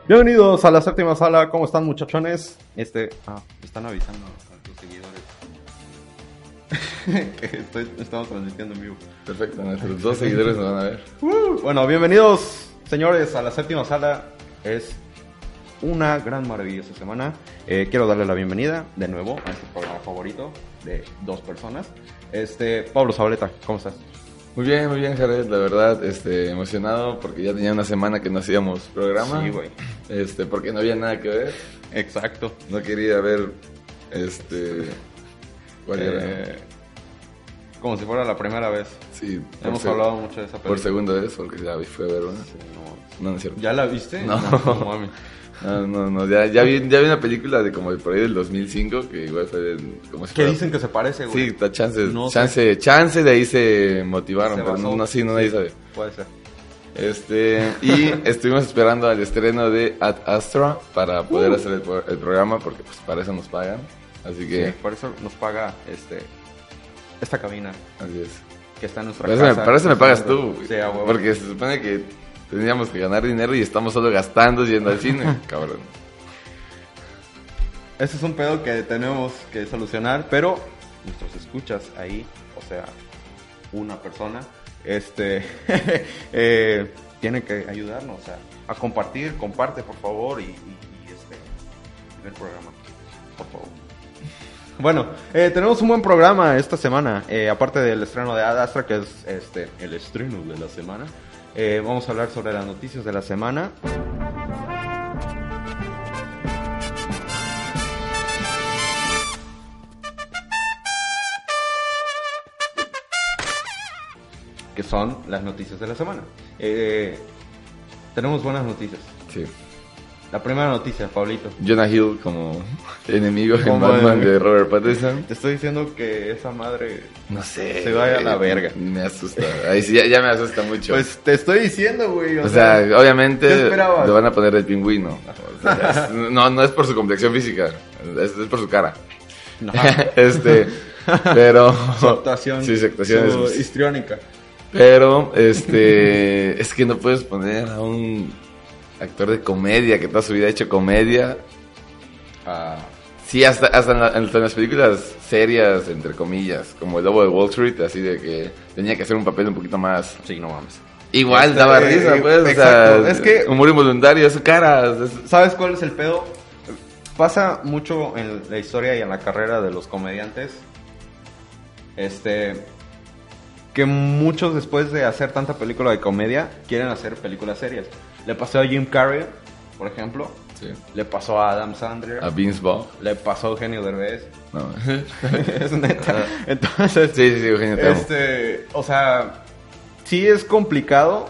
Bienvenidos a la séptima sala, ¿cómo están muchachones? Están avisando a tus seguidores que estamos transmitiendo en vivo. Perfecto, nuestros 2 seguidores nos van a ver. Bueno, bienvenidos señores a la séptima sala. Es una gran maravillosa semana. Quiero darle la bienvenida de nuevo a este programa favorito de 2 personas. Pablo Zabaleta, ¿cómo estás? Muy bien, Jared, la verdad, emocionado porque ya tenía una semana que no hacíamos programa. Sí, güey. Porque no había nada que ver. Exacto. No quería ver, ¿cuál era? Como si fuera la primera vez. Sí. Hemos hablado mucho de esa película. Por segunda vez, porque ya fui a ver una. Sí, no es cierto. ¿Ya la viste? No. No mames. No, ya vi una película de como por ahí del 2005 que igual fue como si ¿Qué fuera... dicen que se parece, güey? Sí, está chance No de ahí se motivaron, Se pero basó. nadie sabe. Puede ser. Y estuvimos esperando al estreno de Ad Astra para poder hacer el programa, porque pues para eso nos pagan, así que... Sí, por eso nos paga esta cabina Así es. que está en nuestra Para casa. eso me pagas tú, güey. Sí, a huevo. Porque se supone que teníamos que ganar dinero y estamos solo gastando yendo al cine, cabrón. Ese es un pedo que tenemos que solucionar, pero nuestros escuchas ahí, o sea, una persona, tiene que ayudarnos, o sea, a compartir, comparte por favor y el programa, por favor. Bueno, tenemos un buen programa esta semana, aparte del estreno de Ad Astra, que es el estreno de la semana. Vamos a hablar sobre las noticias de la semana. Que son las noticias de la semana. Tenemos buenas noticias. Sí. La primera noticia, Pablito. Jonah Hill como enemigo en Como Batman enemigo. de Robert Pattinson. Te estoy diciendo que esa madre No sé. se vaya a la verga. Me asusta. Ahí sí, ya me asusta mucho. Pues te estoy diciendo, güey. O sea, ¿qué obviamente esperabas? lo van a poner el pingüino. O sea, no es por su complexión física, es por su cara. no. Pero Su actuación. Sí, su actuación su es... histriónica. Pero es que no puedes poner a un actor de comedia que toda su vida ha hecho comedia. Sí, hasta en las películas serias, entre comillas, como El Lobo de Wall Street, así de que tenía que hacer un papel un poquito más... Sí, no mames. Igual daba risa, pues. Exacto. O sea, Es que... humor involuntario, es su cara. ¿Sabes cuál es el pedo? Pasa mucho en la historia y en la carrera de los comediantes. Que muchos después de hacer tanta película de comedia quieren hacer películas serias. Le pasó a Jim Carrey, por ejemplo. Sí. Le pasó a Adam Sandler. A Vince Vaughn. Le pasó a Eugenio Derbez. No. Es neta. Entonces, Sí, Eugenio, te amo. o sea, sí es complicado,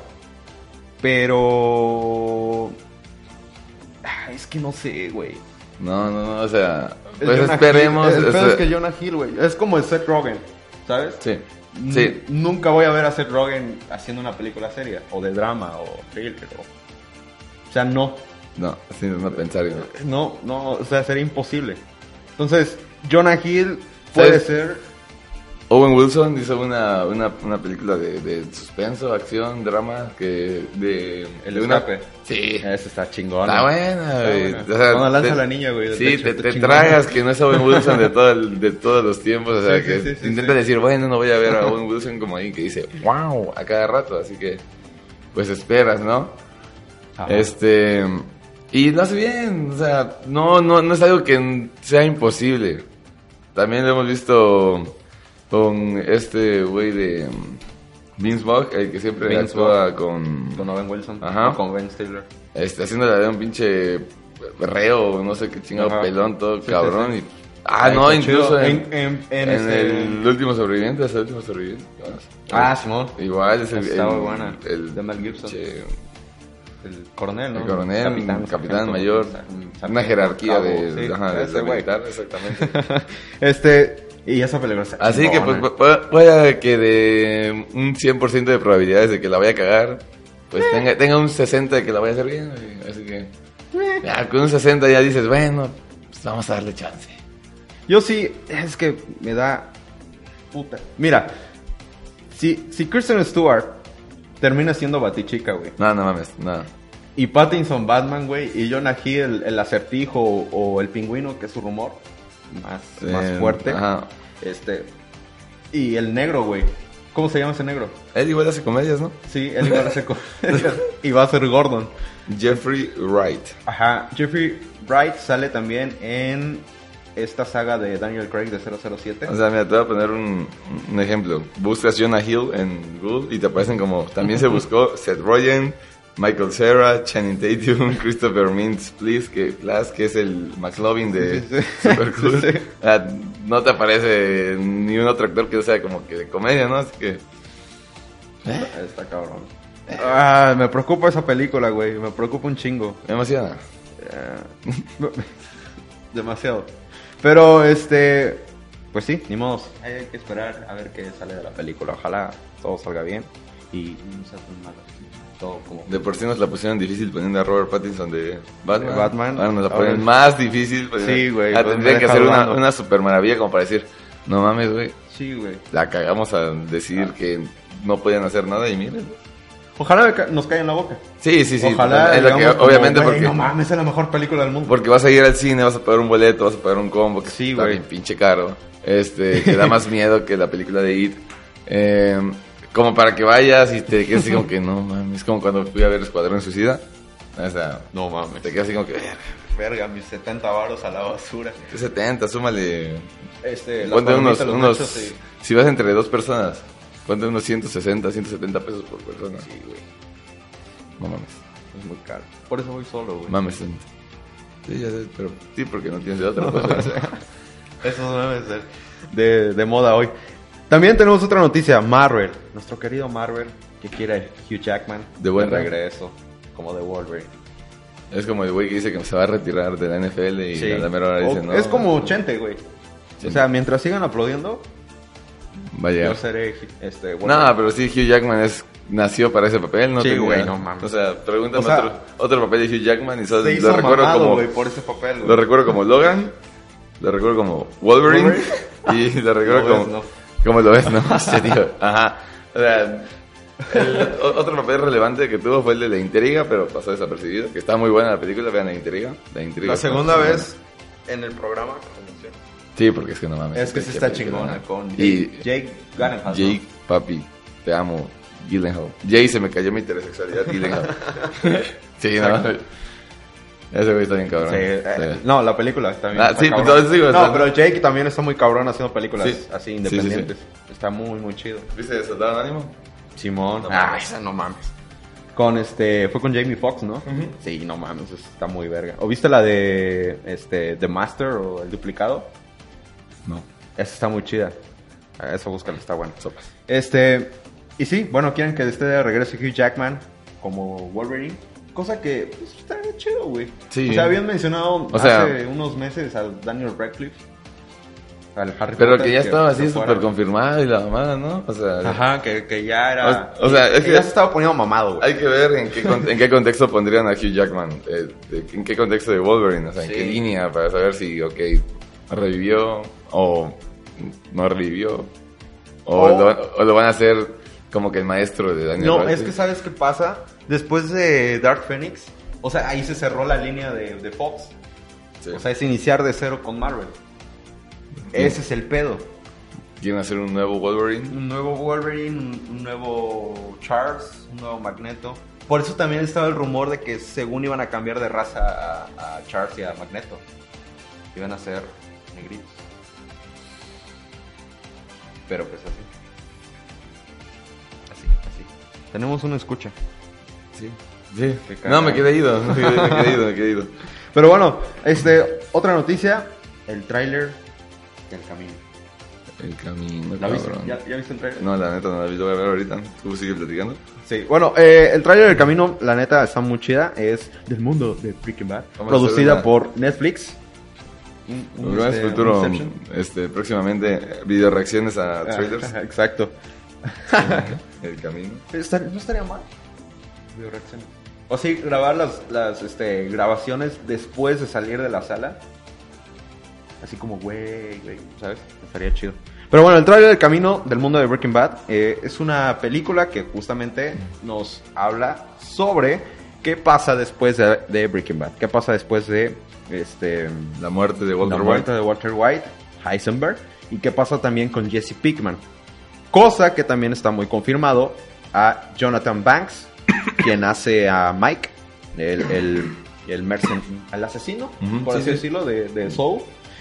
pero es que no sé, güey. No, o sea, Es pues Jonah esperemos. Hill. El pedo es que Jonah Hill, güey, es como el Seth Rogen, ¿sabes? Sí. Nunca voy a ver a Seth Rogen haciendo una película seria, o de drama, o thriller, o sea, no, Sí, no pensar. o sea, sería imposible. Entonces, Jonah Hill puede ¿Sabes? ser... Owen Wilson hizo una película de suspenso, acción, drama, El escape. Sí. Ese está chingón. Está buena, güey. buena. O sea, Cuando lanza la niña, güey, del Sí, techo, te está chingón. tragas que no es Owen Wilson de todos los tiempos. O sea, Sí, que sí, intenta sí. decir, bueno, no voy a ver a Owen Wilson como alguien que dice, wow, a cada rato. Así que, pues esperas, ¿no? Ajá. Y lo hace bien. O sea, no es algo que sea imposible. También lo hemos visto con este güey de Vince Vaughn, el que siempre Vince actúa con Owen Wilson. Ajá. O con Ben Stiller. haciendo la de un pinche reo, no sé qué chingado Ajá. pelón, todo Sí, cabrón. sí. Y, Ay, no, qué incluso chido. en el último sobreviviente, es el último sobreviviente. Simón. Igual es Está muy buena. el De Mel Gibson. pinche- El coronel, ¿no? el coronel, capitán sargento, mayor, sargento, una jerarquía cabo, de sí, la ese güey. militar, exactamente. Y esa película está Así que pues chingona. puede que de un 100% de probabilidades de que la vaya a cagar, pues tenga un 60 de que la vaya a hacer bien, güey. Así que ya, con un 60 ya dices, bueno, pues vamos a darle chance. Yo sí, es que me da... Puta. Mira, si Kristen Stewart termina siendo Batichica, güey. No mames, no. Y Pattinson Batman, güey, y Jonah Hill el acertijo o el pingüino, que es su rumor más fuerte. Ajá. Y el negro, güey. ¿Cómo se llama ese negro? Él igual hace comedias, ¿no? Sí, él igual hace y va a ser Gordon. Jeffrey Wright. Ajá, Jeffrey Wright sale también en esta saga de Daniel Craig de 007. O sea, mira, te voy a poner un ejemplo. Buscas Jonah Hill en Google y te aparecen como... También se buscó Seth Rogen, Michael Cera, Channing Tatum, Christopher Mintz-Plasse, que es el McLovin de Super Cool. Sí. No te aparece ni un otro actor que sea como que de comedia, ¿no? Así que... Está cabrón. Me preocupa esa película, güey. Me preocupa un chingo. Me emociona. Demasiado. Pero, pues sí, ni modo. Hay que esperar a ver qué sale de la película. Ojalá todo salga bien y no sea tan malo. Todo como... De por sí nos la pusieron difícil poniendo a Robert Pattinson de Batman. De Batman. Ahora nos la ponen más difícil. Sí, güey. Tendría que hacer una super maravilla como para decir, no mames, güey. Sí, güey. La cagamos a decidir que no podían hacer nada y miren. Ojalá nos caiga en la boca. Sí. Ojalá, es lo que, obviamente, güey, porque... no mames, es la mejor película del mundo. Porque vas a ir al cine, vas a pagar un boleto, vas a pagar un combo, que sí, está güey, bien pinche caro. Que da más miedo que la película de It. Como para que vayas y te quedes así como que no mames. Es como cuando fui a ver Escuadrón Suicida. O sea, no mames. Te quedas así como que... Verga, mis 70 varos a la basura. 70, súmale. Ponte unos nachos, sí. Si vas entre dos personas, ponte unos 160, 170 pesos por persona. Sí, güey. No mames. Es muy caro. Por eso voy solo, güey. Mames. Sí, ya sé, pero sí, porque no tienes de otra cosa. Esos memes de moda hoy. También tenemos otra noticia. Marvel, nuestro querido Marvel, que quiere Hugh Jackman de regreso, como de Wolverine. Es como el güey que dice que se va a retirar de la NFL y sí. La mera hora dice no. Es como Chente, güey. O sea, mientras sigan aplaudiendo, vaya. Yo seré No, pero sí, Hugh Jackman nació para ese papel, ¿no? Sí, güey, no mames. O sea, pregúntame otro papel de Hugh Jackman y se hizo lo recuerdo mamado, como... güey, por ese papel, güey. Lo recuerdo como Logan, lo recuerdo como Wolverine y lo recuerdo como lo ves, ¿no? Este tío. Ajá. O sea, otro papel relevante que tuvo fue el de La Intriga, pero pasó desapercibido. Que está muy buena la película, vean La Intriga. La segunda vez en el programa. Sí, porque es que no mames. Es que sí está chingona con Jake Gyllenhaal. Jake, papi, te amo. Gyllenhaal. Jay, se me cayó mi heterosexualidad. Gyllenhaal. Sí, no. Ese güey está bien cabrón. Sí. No, la película está bien. Sí, entonces digo, no, pero Jake también está muy cabrón haciendo películas así independientes. Sí. Está muy, muy chido. ¿Viste Soldado Anónimo? Simón. Esa no mames. Fue con Jamie Foxx, ¿no? Uh-huh. Sí, no mames, está muy verga. ¿O viste la de The Master o El Duplicado? No. Esa está muy chida. Esa búscala, está buena. Sopas. Y sí, bueno, quieren que esté de regreso Hugh Jackman como Wolverine. Cosa que pues, está chido, güey. Sí. O sea, habían mencionado hace unos meses al Daniel Radcliffe. Al Harry pero Potter, que ya estaba así súper confirmado y la mamada, ¿no? O sea... Ajá, que ya era... O sea, es que ya se estaba poniendo mamado, güey. Hay que ver en qué contexto pondrían a Hugh Jackman. En qué contexto de Wolverine. O sea, en qué línea para saber si, revivió o no revivió. O lo van a hacer como que el maestro de Daniel Radcliffe. Es que ¿sabes qué pasa? Después de Dark Phoenix, o sea, ahí se cerró la línea de Fox. Sí. O sea, es iniciar de cero con Marvel. Ese es el pedo. ¿Quieren hacer un nuevo Wolverine? Un nuevo Wolverine, un nuevo Charles, un nuevo Magneto. Por eso también estaba el rumor de que según iban a cambiar de raza a Charles y a Magneto. Iban a ser negritos. Pero pues así. Tenemos una escucha. Sí. No, me quedé ido. Me quedé ido. Pero bueno, otra noticia. El tráiler del Camino. El Camino, ¿La viste? ¿Ya viste el tráiler? No, la neta no la vi, lo voy a ver ahorita. ¿Tú sigues platicando? Sí, bueno, el tráiler del Camino, la neta, está muy chida. Es del mundo de Breaking Bad. Producida por Netflix. Un futuro, próximamente, video reacciones a trailers. Exacto. El Camino. No estaría mal. Video reacciones. O sí, grabar las grabaciones después de salir de la sala. Así como, güey, ¿sabes? Estaría chido. Pero bueno, el tráiler del Camino del mundo de Breaking Bad es una película que justamente nos habla sobre ¿qué pasa después de Breaking Bad? ¿Qué pasa después de La muerte de la Walter muerte White. de Walter White, Heisenberg? ¿Y qué pasa también con Jesse Pinkman? Cosa que también está muy confirmado a Jonathan Banks, quien hace a Mike, el asesino, Ujú, por sí, así sí. decirlo, de Saul.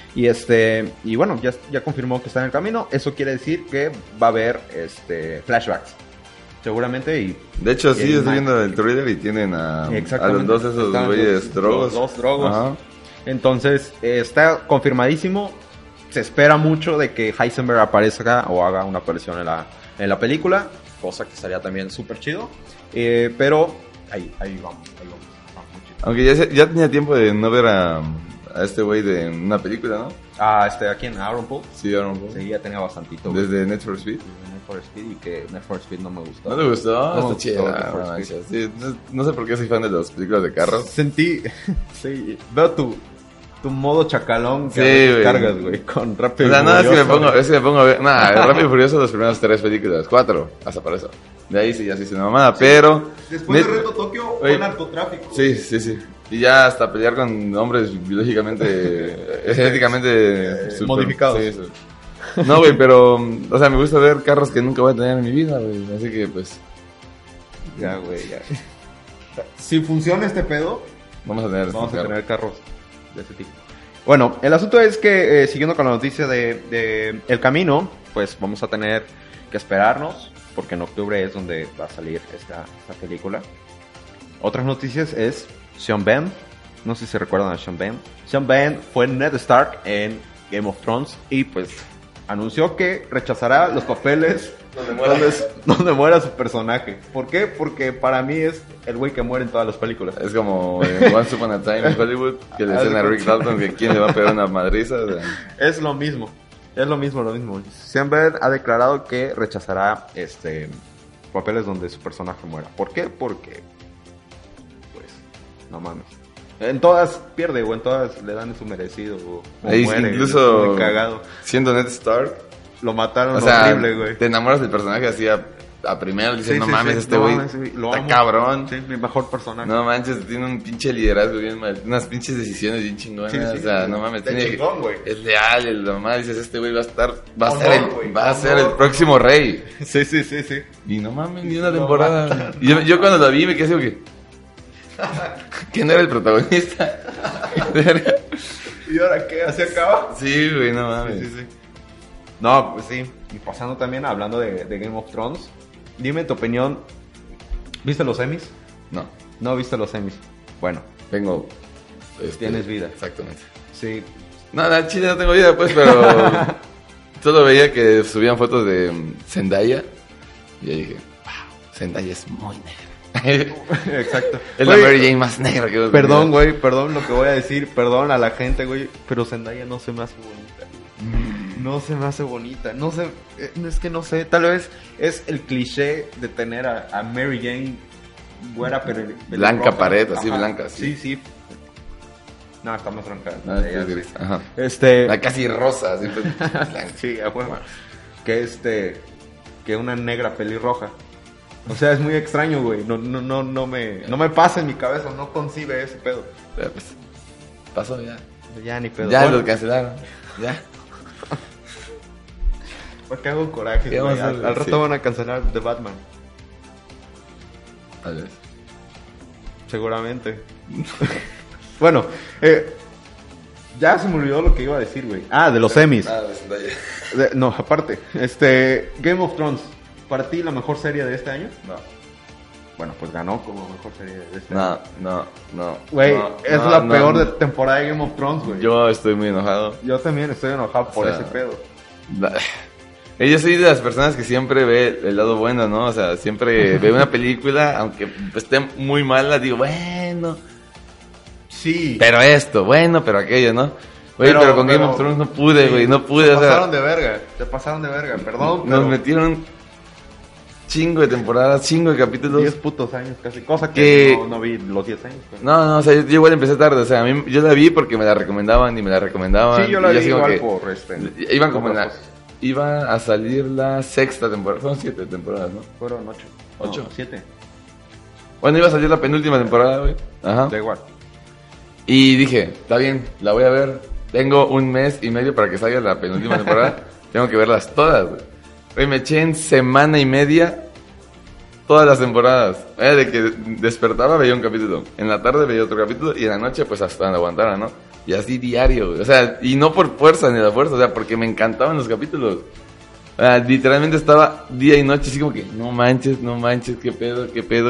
Y bueno, ya confirmó que está en el camino. Eso quiere decir que va a haber flashbacks. Seguramente. Y De hecho, sí, y estoy Mike. viendo el trailer y tienen a los Exactamente. dos esos Están güeyes los drogos. dos drogos. Ajá. Entonces, está confirmadísimo. Se espera mucho de que Heisenberg aparezca o haga una aparición en la película. Cosa que estaría también súper chido. Pero ahí vamos. Vamos, chido. Aunque ya tenía tiempo de no ver a este güey de una película, ¿no? Aquí en Aaron Paul. Sí, Aaron Paul. Sí, ya tenía bastantito. güey. Desde Need for Speed. Need for Speed y que Need for Speed no me gustó. ¿No te gustó? No me Está gustó chida. Need for no Speed. manches. Sí, no sé por qué soy fan de las películas de carros. Sentí, sí, veo tu modo chacalón que Sí, a veces güey. cargas, güey, con Rápido O sea, y no, es Furioso, que me pongo a ver. Nah, Rápido y Furioso las primeras 3 películas, 4, hasta por eso. De ahí sí, ya se hizo una mamada, pero. Después de net- Reto Tokio Oye, fue narcotráfico. Sí. Y ya hasta pelear con hombres biológicamente, genéticamente modificados. Sí, sí. No, güey, pero, o sea, me gusta ver carros que nunca voy a tener en mi vida, güey. Así que, pues, Ya, güey, ya. Si funciona este pedo, vamos a tener vamos este a carro. tener carros de ese tipo. Bueno, el asunto es que, siguiendo con la noticia de El Camino, pues vamos a tener que esperarnos, porque en octubre es donde va a salir esta película. Otras noticias es Sean Penn. No sé si se recuerdan a Sean Penn. Sean Penn fue Ned Stark en Game of Thrones y pues anunció que rechazará los papeles donde muera su personaje. ¿Por qué? Porque para mí es el güey que muere en todas las películas. Es como en Once Upon a Time in Hollywood, que le dicen a Rick Dalton que quién le va a pegar una madriza. O sea, Es lo mismo. Es lo mismo. Sean Penn ha declarado que rechazará papeles donde su personaje muera. ¿Por qué? Porque pues no mames. En todas pierde o en todas le dan su merecido o ahí muere. incluso Es muy cagado. siendo Ned Stark, Lo mataron o sea, horrible, güey. te enamoras del personaje así a primero, dices, Sí, no sí, mames, sí, este no güey mames, sí, lo está amo. cabrón. Sí, mi mejor personaje. No manches, tiene un pinche liderazgo bien mal, unas pinches decisiones bien chingonas, Sí, sí, o sea, sí. no mames, De tiene, chingón, güey. es leal, el mamá dices, este güey va a Honor, ser güey, va a ser el honor. próximo rey. Sí. Y no mames, ni una Lo temporada. Y yo cuando la vi me quedé así, que ¿quién era el protagonista? ¿Y ahora qué? ¿Así acaba? Sí, güey, no mames. Sí. No, pues sí. Y pasando también, hablando de Game of Thrones, dime tu opinión. ¿Viste los Emmys? No, No viste los Emmys. Bueno, tengo Tienes vida. Exactamente. sí. No, la chile no tengo vida, pues, pero solo veía que subían fotos de Zendaya y yo dije, wow, Zendaya es muy negra. Exacto. Es la Güey, Mary Jane más negra que Perdón, güey, perdón lo que voy a decir, perdón a la gente, güey, pero Zendaya no se me hace bonita. No se me hace bonita, no sé, es que no sé, tal vez es el cliché de tener a Mary Jane güera, pero Blanca pelirroja. pared, así Ajá, blanca, sí. Sí. No, está más blanca. Ah, sí, es gris. Ajá. Este, Casi rosa, así pues, blanca. sí, a huevo. Que una negra pelirroja. O sea, es muy extraño, güey. No me pasa en mi cabeza, no concibe ese pedo. Pero, pues, pasó ya. Ya ni pedo. Ya Bueno, lo cancelaron. Ya. ¿por qué hago coraje? ¿Qué güey? vamos a hacer? Al rato Sí. van a cancelar The Batman. Tal vez. Seguramente. Bueno, ya se me olvidó lo que iba a decir, güey. Ah, de los Emmys. Ah, de Zendaya. No, aparte. Game of Thrones. ¿Para ti la mejor serie de este año? No. Bueno, pues ganó como mejor serie de este año. No. Güey, No, es no, la no. peor de temporada de Game of Thrones, güey. Yo estoy muy enojado. Yo también estoy enojado por O sea, ese pedo. Yo soy de las personas que siempre ve el lado bueno, ¿no? O sea, siempre ve una película, aunque esté muy mala, digo, bueno, Sí. pero esto, bueno, pero aquello, ¿no? Güey, pero con Game of Thrones no pude, güey, no pude, Te o sea, pasaron de verga. Te pasaron de verga, perdón. nos pero metieron chingo de temporadas, chingo de capítulos. 10 putos años casi. Cosa Que- que no vi los 10 años. Pero... No, o sea, yo igual empecé tarde, o sea, a mí, yo la vi porque me la recomendaban y me la recomendaban. Sí, yo la y vi así como igual que por Iban como en por la... cosas. Iba a salir la 6ª temporada, fueron 7 temporadas, ¿no? Fueron 8. ¿Ocho? 7. Bueno, iba a salir la penúltima temporada, güey. Ajá. Da igual. Y dije, está bien, la voy a ver. Tengo 1 mes y medio para que salga la penúltima temporada. Tengo que verlas todas, güey. Güey, me eché en semana y media todas las temporadas. De que despertaba, veía un capítulo. En la tarde veía otro capítulo. Y en la noche, pues hasta donde aguantara, ¿no? Y así diario, güey. O sea, y no por fuerza ni la fuerza, o sea, porque me encantaban los capítulos. Literalmente estaba día y noche así como que, no manches, qué pedo.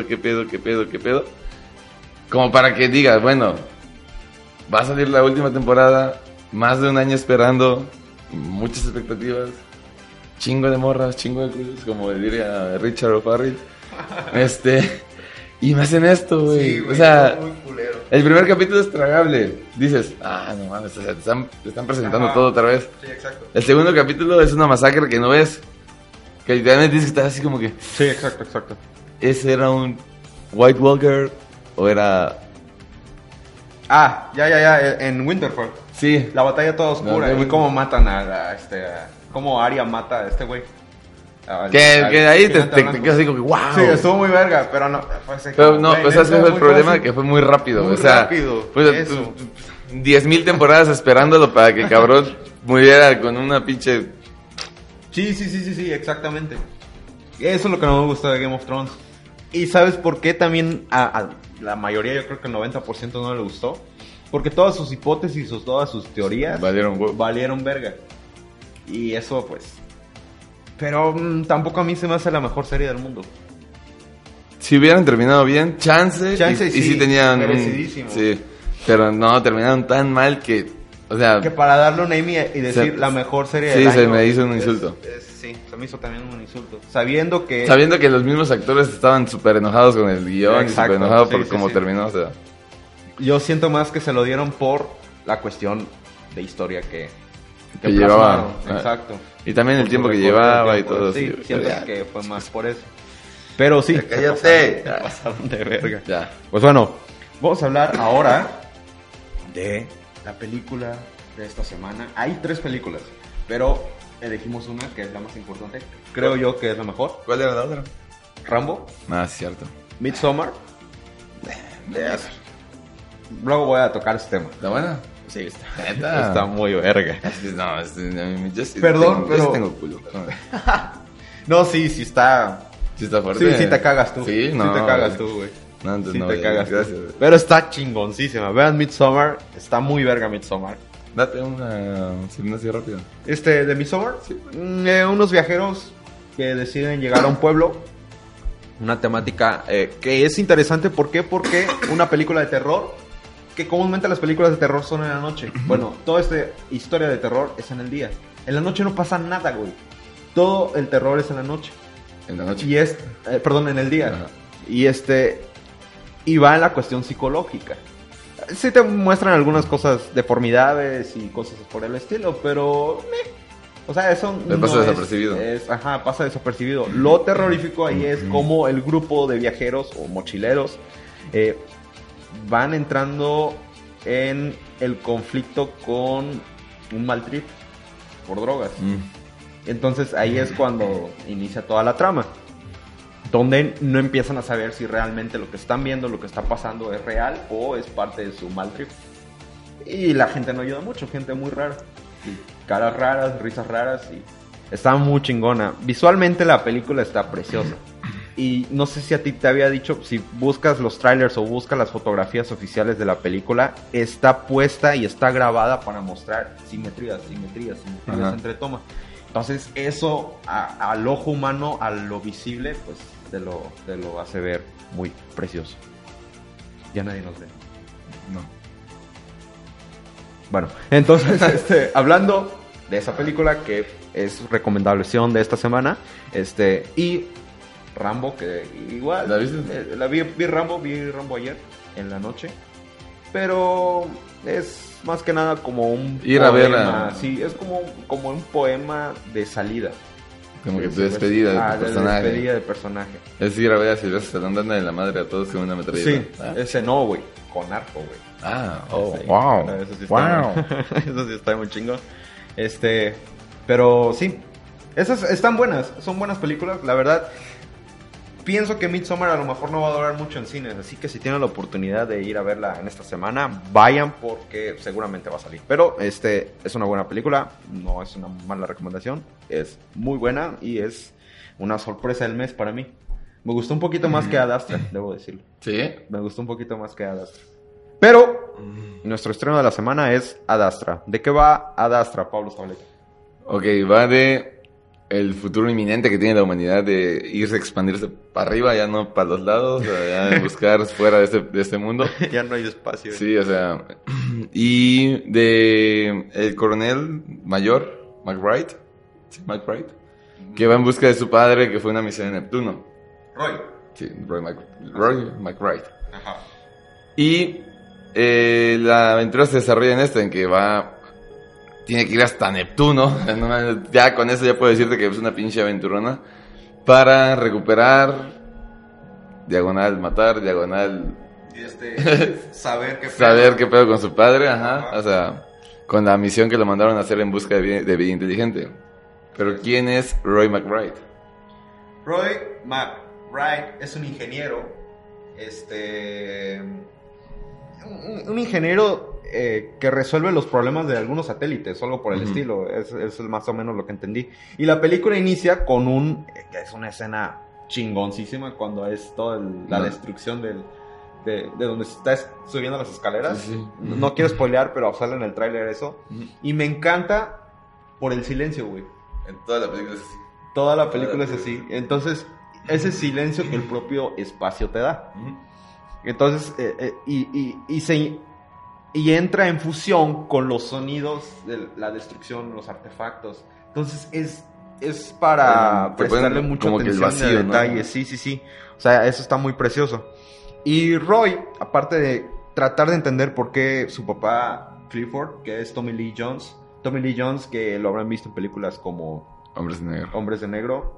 Como para que digas, bueno, va a salir la última temporada, más de 1 año esperando, muchas expectativas, chingo de morras, chingo de cosas, como diría Richard O'Farrell. Y me hacen esto, güey. Sí, güey, o sea, es muy culero. el primer capítulo es tragable. Dices, no mames, o sea, te están presentando todo otra vez. Sí, exacto. El segundo capítulo es una masacre que no ves. Que literalmente dices que estás así como que, Sí, exacto. ¿ese era un White Walker o era...? Ya, en Winterfell. Sí. La batalla toda oscura. No, Y cómo matan cómo Arya mata a este güey. Que ahí te blanco. quedas así como que, wow. Sí, estuvo muy verga, pero no. Pero no, o sea, ese fue el problema, que fue muy rápido. Muy o sea, rápido, pues, eso. 10,000 temporadas esperándolo para que cabrón muriera con una pinche... Sí, exactamente. Eso es lo que no me gusta de Game of Thrones. ¿Y sabes por qué también a la mayoría, yo creo que el 90% no le gustó? Porque todas sus hipótesis o todas sus teorías valieron verga. Y eso, pues... Pero tampoco a mí se me hace la mejor serie del mundo. Si hubieran terminado bien, chance y sí tenían... merecidísimo. Sí, pero no, terminaron tan mal que... O sea... Que para darle un Emmy y decir la mejor serie del año... Sí, se me hizo un insulto. Sí, se me hizo también un insulto. Sabiendo que los mismos actores estaban súper enojados con el guión. Exacto, y súper enojados por sí, cómo sí. terminó, o sea... Yo siento más que se lo dieron por la cuestión de historia que llevaba. plasmaron. Exacto. Y también el Por tiempo su que recorte de llevaba y tiempo. todo. Sí, así, siento ya. que fue más por eso. Pero sí, Ya cállate. se pasaron de verga. Ya. Pues bueno, vamos a hablar ahora de la película de esta semana. Hay 3 películas, pero elegimos una que es la más importante. Creo yo que es la mejor. ¿Cuál era la otra? Rambo, Sí, cierto. Midsommar. Luego voy a tocar este tema. ¿Está buena? Sí, está. ¿Neta? Está muy verga. No, yo sí Perdón, yo sí pero- tengo culo. No, sí está. Sí está fuerte. Sí te cagas tú. Sí, no. Sí te cagas tú, güey. No, entonces Sí no. te ya, cagas tú. gracias. Pero está chingoncísima. Vean Midsommar. Está muy verga Midsommar. Date una gimnasia rápida. De Midsommar. Unos viajeros que deciden llegar a un pueblo. Una temática que es interesante. ¿Por qué? Porque una película de terror. Que comúnmente las películas de terror son en la noche. Bueno, toda esta historia de terror es en el día. En la noche no pasa nada, güey. Todo el terror es en la noche. En la noche. Y perdón, en el día. Ajá. Y va en la cuestión psicológica. Sí te muestran algunas cosas, deformidades y cosas por el estilo, pero o sea, eso Me pasa desapercibido. Pasa desapercibido. Lo terrorífico ahí es como el grupo de viajeros o mochileros van entrando en el conflicto con un mal trip por drogas. Entonces ahí es cuando inicia toda la trama, donde no empiezan a saber si realmente lo que están viendo, lo que está pasando es real o es parte de su mal trip. Y la gente no ayuda mucho, gente muy rara, y caras raras, risas raras, y está muy chingona. Visualmente la película está preciosa. Y no sé si a ti te había dicho, si buscas los trailers o buscas las fotografías oficiales de la película, está puesta y está grabada para mostrar simetrías Ajá. entre tomas. Entonces eso al ojo humano, a lo visible, pues te lo hace ver muy precioso. Ya nadie nos ve. No. Bueno, entonces hablando de esa película que es recomendación de esta semana, y Rambo, que igual ¿La viste? vi Rambo ayer en la noche, pero es más que nada como un Ir a poema, verla. sí, es como un poema de salida. Como que tu despedida de tu personaje. De despedida de personaje. Es ir a ver a Silvestre Stallone dándole la madre a todos con una metralleta. Sí, ese no, güey, con arco, güey. Sí, wow. Eso sí está, eso sí está muy chingón. Pero sí, esas están buenas, son buenas películas, la verdad. pienso que Midsommar a lo mejor no va a durar mucho en cines, así que si tienen la oportunidad de ir a verla en esta semana, vayan porque seguramente va a salir. Pero es una buena película, no es una mala recomendación, es muy buena y es una sorpresa del mes para mí. Me gustó un poquito más que Ad Astra, debo decirlo. ¿Sí? Me gustó un poquito más que Ad Astra. Pero nuestro estreno de la semana es Ad Astra. ¿De qué va Ad Astra, Pablo Zabaleta? Ok, va de el futuro inminente que tiene la humanidad de irse, expandirse para arriba, ya no para los lados, o sea, ya buscar fuera de este mundo. Ya no hay espacio. Sí, o sea, y de el coronel mayor, McBride, ¿sí? McBride, que va en busca de su padre, que fue una misión en Neptuno. Roy. Sí, Roy McBride. Ajá. Y la aventura se desarrolla en en que tiene que ir hasta Neptuno. Ya con eso ya puedo decirte que es una pinche aventurona. Para recuperar, diagonal matar, diagonal saber qué pedo con su padre, ajá. O sea, con la misión que lo mandaron a hacer en busca de vida inteligente. Pero ¿quién es Roy McBride? Roy McBride es un ingeniero, un ingeniero que resuelve los problemas de algunos satélites, o algo por el estilo. Es más o menos lo que entendí. Y la película inicia con es una escena chingoncísima cuando es toda la destrucción de donde se está subiendo las escaleras. Sí. No quiero spoilear, pero sale en el tráiler eso. Y me encanta por el silencio, güey. En toda la película es así. Toda la película es así. Entonces, ese silencio que el propio espacio te da. Entonces, y entra en fusión con los sonidos de la destrucción, los artefactos. Entonces es para prestarle mucha atención vacío, al detalle. ¿No? Sí. O sea, eso está muy precioso. Y Roy, aparte de tratar de entender por qué su papá Clifford, que es Tommy Lee Jones, que lo habrán visto en películas como Hombres de Negro,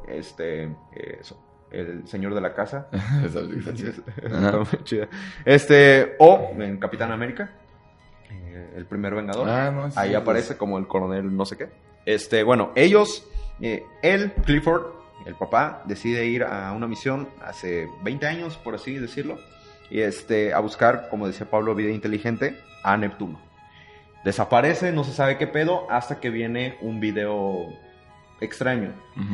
El Señor de la Casa. Chida. O en Capitán América, el primer Vengador. No, sí, ahí aparece como el coronel no sé qué. Bueno, ellos, Clifford, el papá, decide ir a una misión hace 20 años, por así decirlo, y a buscar, como decía Pablo, vida inteligente a Neptuno. Desaparece, no se sabe qué pedo, hasta que viene un video extraño.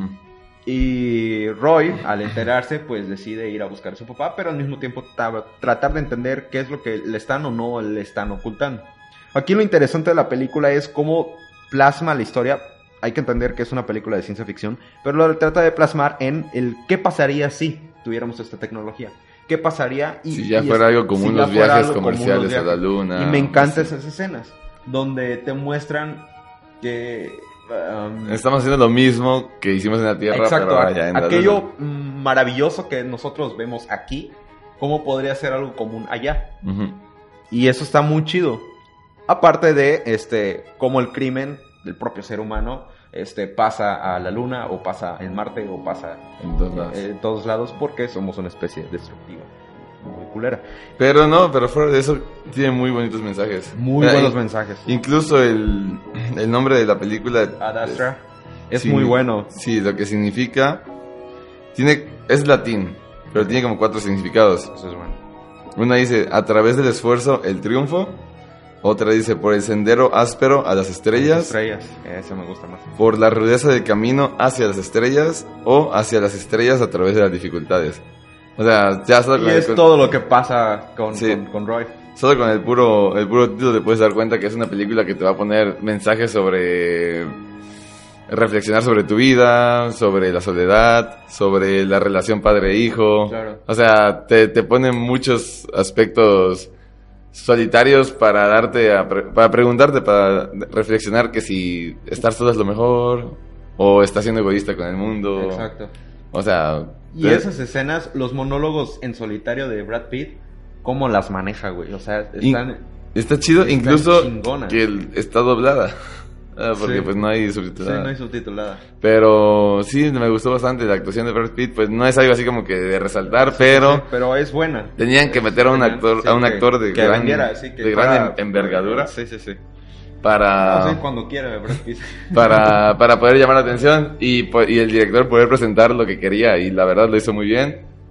Y Roy, al enterarse, pues decide ir a buscar a su papá, pero al mismo tiempo tratar de entender qué es lo que le están o no le están ocultando. Aquí lo interesante de la película es cómo plasma la historia. Hay que entender que es una película de ciencia ficción, pero lo trata de plasmar en el qué pasaría si tuviéramos esta tecnología. ¿Qué pasaría? Si ya fuera algo como unos viajes comerciales a la luna. Y me encantan esas escenas donde te muestran que estamos haciendo lo mismo que hicimos en la Tierra. Exacto, pero allá en aquello maravilloso que nosotros vemos aquí, ¿cómo podría ser algo común allá? Y eso está muy chido. Aparte de cómo el crimen del propio ser humano pasa a la luna, o pasa en Marte, o pasa en todos lados, porque somos una especie destructiva, muy culera. Pero fuera de eso, tiene muy bonitos mensajes. Muy buenos mensajes. Incluso el nombre de la película, Ad Astra, es muy bueno. Sí, lo que significa, es latín, pero tiene como 4 significados. Eso es bueno. Una dice, a través del esfuerzo, el triunfo. Otra dice, por el sendero áspero a las estrellas. Eso me gusta más. Por la rudeza del camino hacia las estrellas, o hacia las estrellas a través de las dificultades. O sea, ya solo todo lo que pasa con Roy. Solo con el puro título te puedes dar cuenta que es una película que te va a poner mensajes sobre reflexionar sobre tu vida, sobre la soledad, sobre la relación padre-hijo. Claro. O sea, te pone muchos aspectos solitarios para para preguntarte, para reflexionar que si estar solo es lo mejor o estás siendo egoísta con el mundo. Exacto. O sea, y esas escenas, los monólogos en solitario de Brad Pitt, cómo las maneja, güey. O sea, está chido, incluso chingona. Que está doblada. Porque pues no hay subtitulada. Sí, no hay subtitulada. Pero sí, me gustó bastante la actuación de Brad Pitt. Pues no es algo así como que de resaltar, pero... Sí, pero es buena. Tenían que meter a un actor de gran envergadura. Sí. Para cuando quiera, Brad Pitt. para poder llamar la atención y el director poder presentar lo que quería. Y la verdad lo hizo muy bien.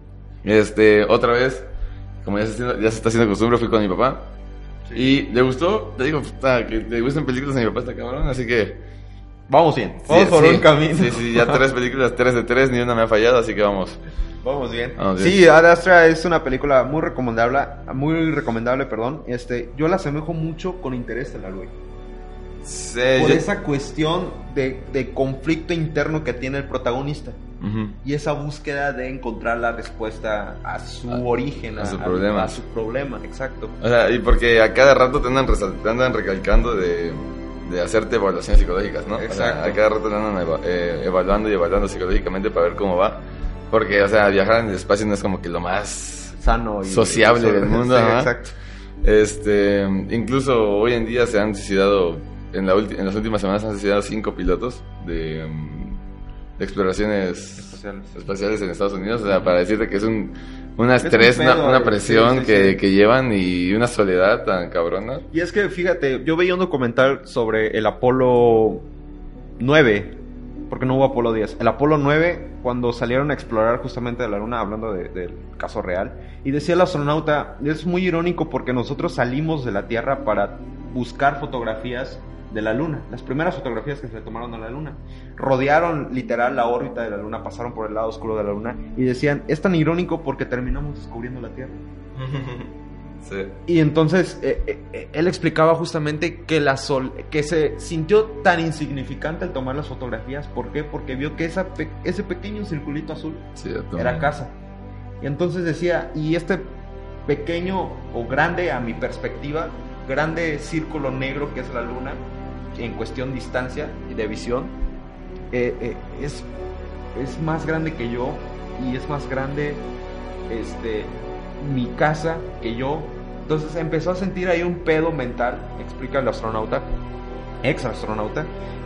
Otra vez, como ya se está haciendo costumbre, fui con mi papá. Sí. Y le gustó, te digo, que le gustan películas a mi papá, está cabrón, así que... Vamos bien, vamos por un camino. Sí, ya 3 películas, 3 de 3, ni una me ha fallado, así que vamos. Vamos bien. Sí, Ad Astra es una película muy recomendable, perdón. Yo la asemejo mucho con Interestelar, güey. Sí, por esa cuestión de conflicto interno que tiene el protagonista. Uh-huh. Y esa búsqueda de encontrar la respuesta a su origen, a su problema. A su problema, exacto. O sea, y porque a cada rato te andan recalcando de hacerte evaluaciones psicológicas, ¿no? Exacto. O sea, a cada rato te andan evaluando y evaluando psicológicamente para ver cómo va. Porque, o sea, viajar en el espacio no es como que lo más sano y sociable del mundo. Sí, exacto. Incluso hoy en día se han suicidado, en las últimas semanas han suicidado 5 pilotos de exploraciones espaciales en Estados Unidos. O sea, para decirte que es un estrés, una presión que llevan y una soledad tan cabrona. Y es que, fíjate, yo veía un documental sobre el Apolo 9, porque no hubo Apolo 10. El Apolo 9, cuando salieron a explorar justamente de la Luna, hablando del caso real, y decía el astronauta, es muy irónico porque nosotros salimos de la Tierra para buscar fotografías de la Luna, las primeras fotografías que se le tomaron a la Luna. Rodearon literal la órbita de la Luna, pasaron por el lado oscuro de la Luna, y decían, es tan irónico porque terminamos descubriendo la Tierra. Sí. Y entonces él explicaba justamente que que se sintió tan insignificante al tomar las fotografías. ¿Por qué? Porque vio que ese pequeño circulito azul era casa. Y entonces decía, y este pequeño o grande, a mi perspectiva, grande círculo negro que es la Luna, en cuestión distancia y de visión, es más grande que yo, y es más grande mi casa que yo. Entonces empezó a sentir ahí un pedo mental, explica el ex astronauta,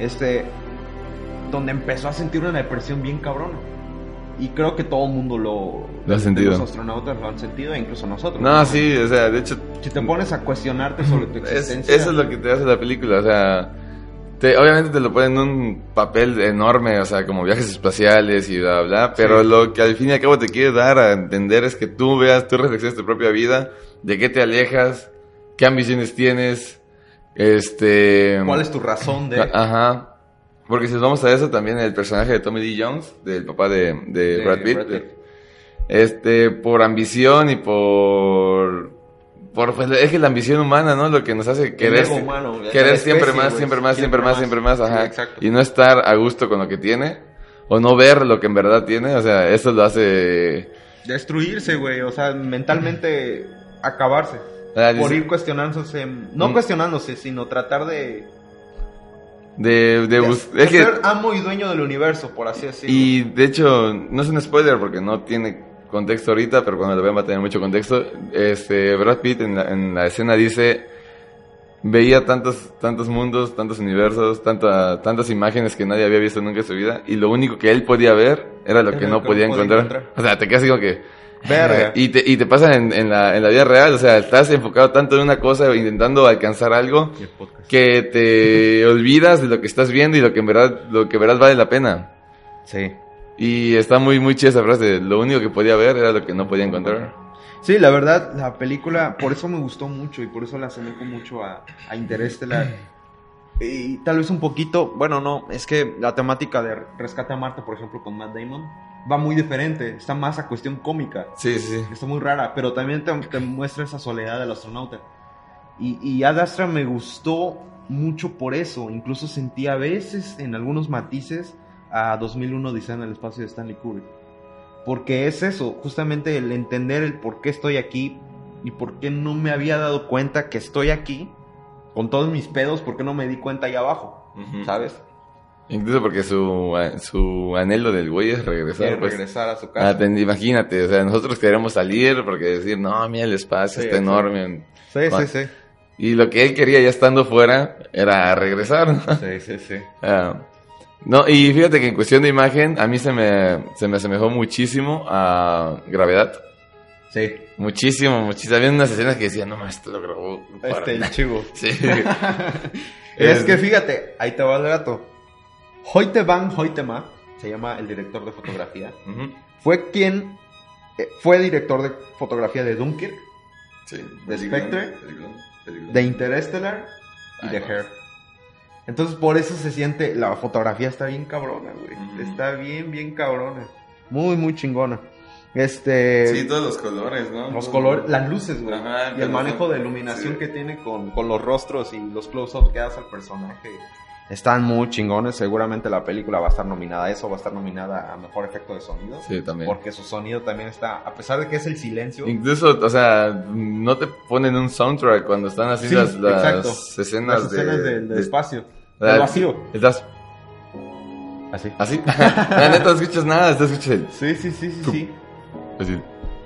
donde empezó a sentir una depresión bien cabrona. Y creo que todo el mundo lo ha sentido. Los astronautas lo han sentido, e incluso nosotros. No, sí, o sea, de hecho, si te pones a cuestionarte sobre tu existencia, eso es lo que te hace la película. O sea, obviamente te lo ponen en un papel enorme, o sea, como viajes espaciales y bla, bla, pero sí, lo que al fin y al cabo te quiere dar a entender es que tú reflexiones tu propia vida, de qué te alejas, qué ambiciones tienes, ¿cuál es tu razón de...? Ajá. Porque si nos vamos a eso, también el personaje de Tommy Lee Jones, del papá de Brad Pitt, por ambición y por pues, es que la ambición humana, ¿no? Lo que nos hace querer siempre más, ajá. Sí, y no estar a gusto con lo que tiene, o no ver lo que en verdad tiene, o sea, eso lo hace... Destruirse, güey, o sea, mentalmente acabarse. Por ir cuestionándose, no cuestionándose, sino tratar de ser amo y dueño del universo, por así decirlo. Y de hecho, no es un spoiler porque no tiene contexto ahorita, pero cuando lo vean va a tener mucho contexto. Brad Pitt en la escena dice, veía tantos mundos, tantos universos, tantas imágenes que nadie había visto nunca en su vida, y lo único que él podía ver era lo que no podía encontrar. O sea, te quedas así como que... Verga. Y te pasa en la vida real, o sea, estás enfocado tanto en una cosa, intentando alcanzar algo, que te olvidas de lo que estás viendo y lo que en verdad vale la pena. Sí. Y está muy, muy chida esa frase, lo único que podía ver era lo que no podía encontrar. Sí, la verdad, la película, por eso me gustó mucho y por eso la asemejo mucho a Interestelar. Y tal vez un poquito, bueno, no, es que la temática de Rescate a Marte, por ejemplo, con Matt Damon, va muy diferente, está más a cuestión cómica. Sí. Está muy rara, pero también te muestra esa soledad del astronauta. Y Ad Astra me gustó mucho por eso, incluso sentí a veces, en algunos matices, a 2001 Odisea en el espacio de Stanley Kubrick. Porque es eso, justamente el entender el por qué estoy aquí y por qué no me había dado cuenta que estoy aquí, con todos mis pedos, por qué no me di cuenta ahí abajo, ¿sabes? Incluso porque su anhelo del güey es regresar. Regresar a su casa. Imagínate, o sea, nosotros queremos salir porque decir, no, mira el espacio, está enorme. Sí. Y lo que él quería ya estando fuera era regresar, ¿no? Sí. No, y fíjate que en cuestión de imagen, a mí se me asemejó muchísimo a Gravedad. Sí. Muchísimo. Había unas escenas que decían, no, esto lo grabó. El chivo. Sí. Es que fíjate, ahí te va el dato. Hoyte van Hoytema, se llama el director de fotografía, fue quien Fue director de fotografía de Dunkirk, Sí. de Spectre, Peliculón. de Interstellar y de Her. Entonces por eso se siente, la fotografía está bien cabrona, güey. Está bien cabrona. Muy, muy chingona. Sí, todos los colores, ¿no? Los colores, las luces, güey. Ajá, Y el manejo de iluminación sí. que tiene con los rostros y los close-ups que hace al personaje. Están muy chingones. Seguramente la película va a estar nominada a eso, va a estar nominada a mejor efecto de sonido. Sí, también. Porque su sonido también está, a pesar de que es el silencio. Incluso, o sea, no te ponen un soundtrack cuando están así Sí, exacto. las escenas, Las escenas del espacio, del del vacío. Estás Así. así. La neta no escuchas nada, te escuchas el... Sí. Así.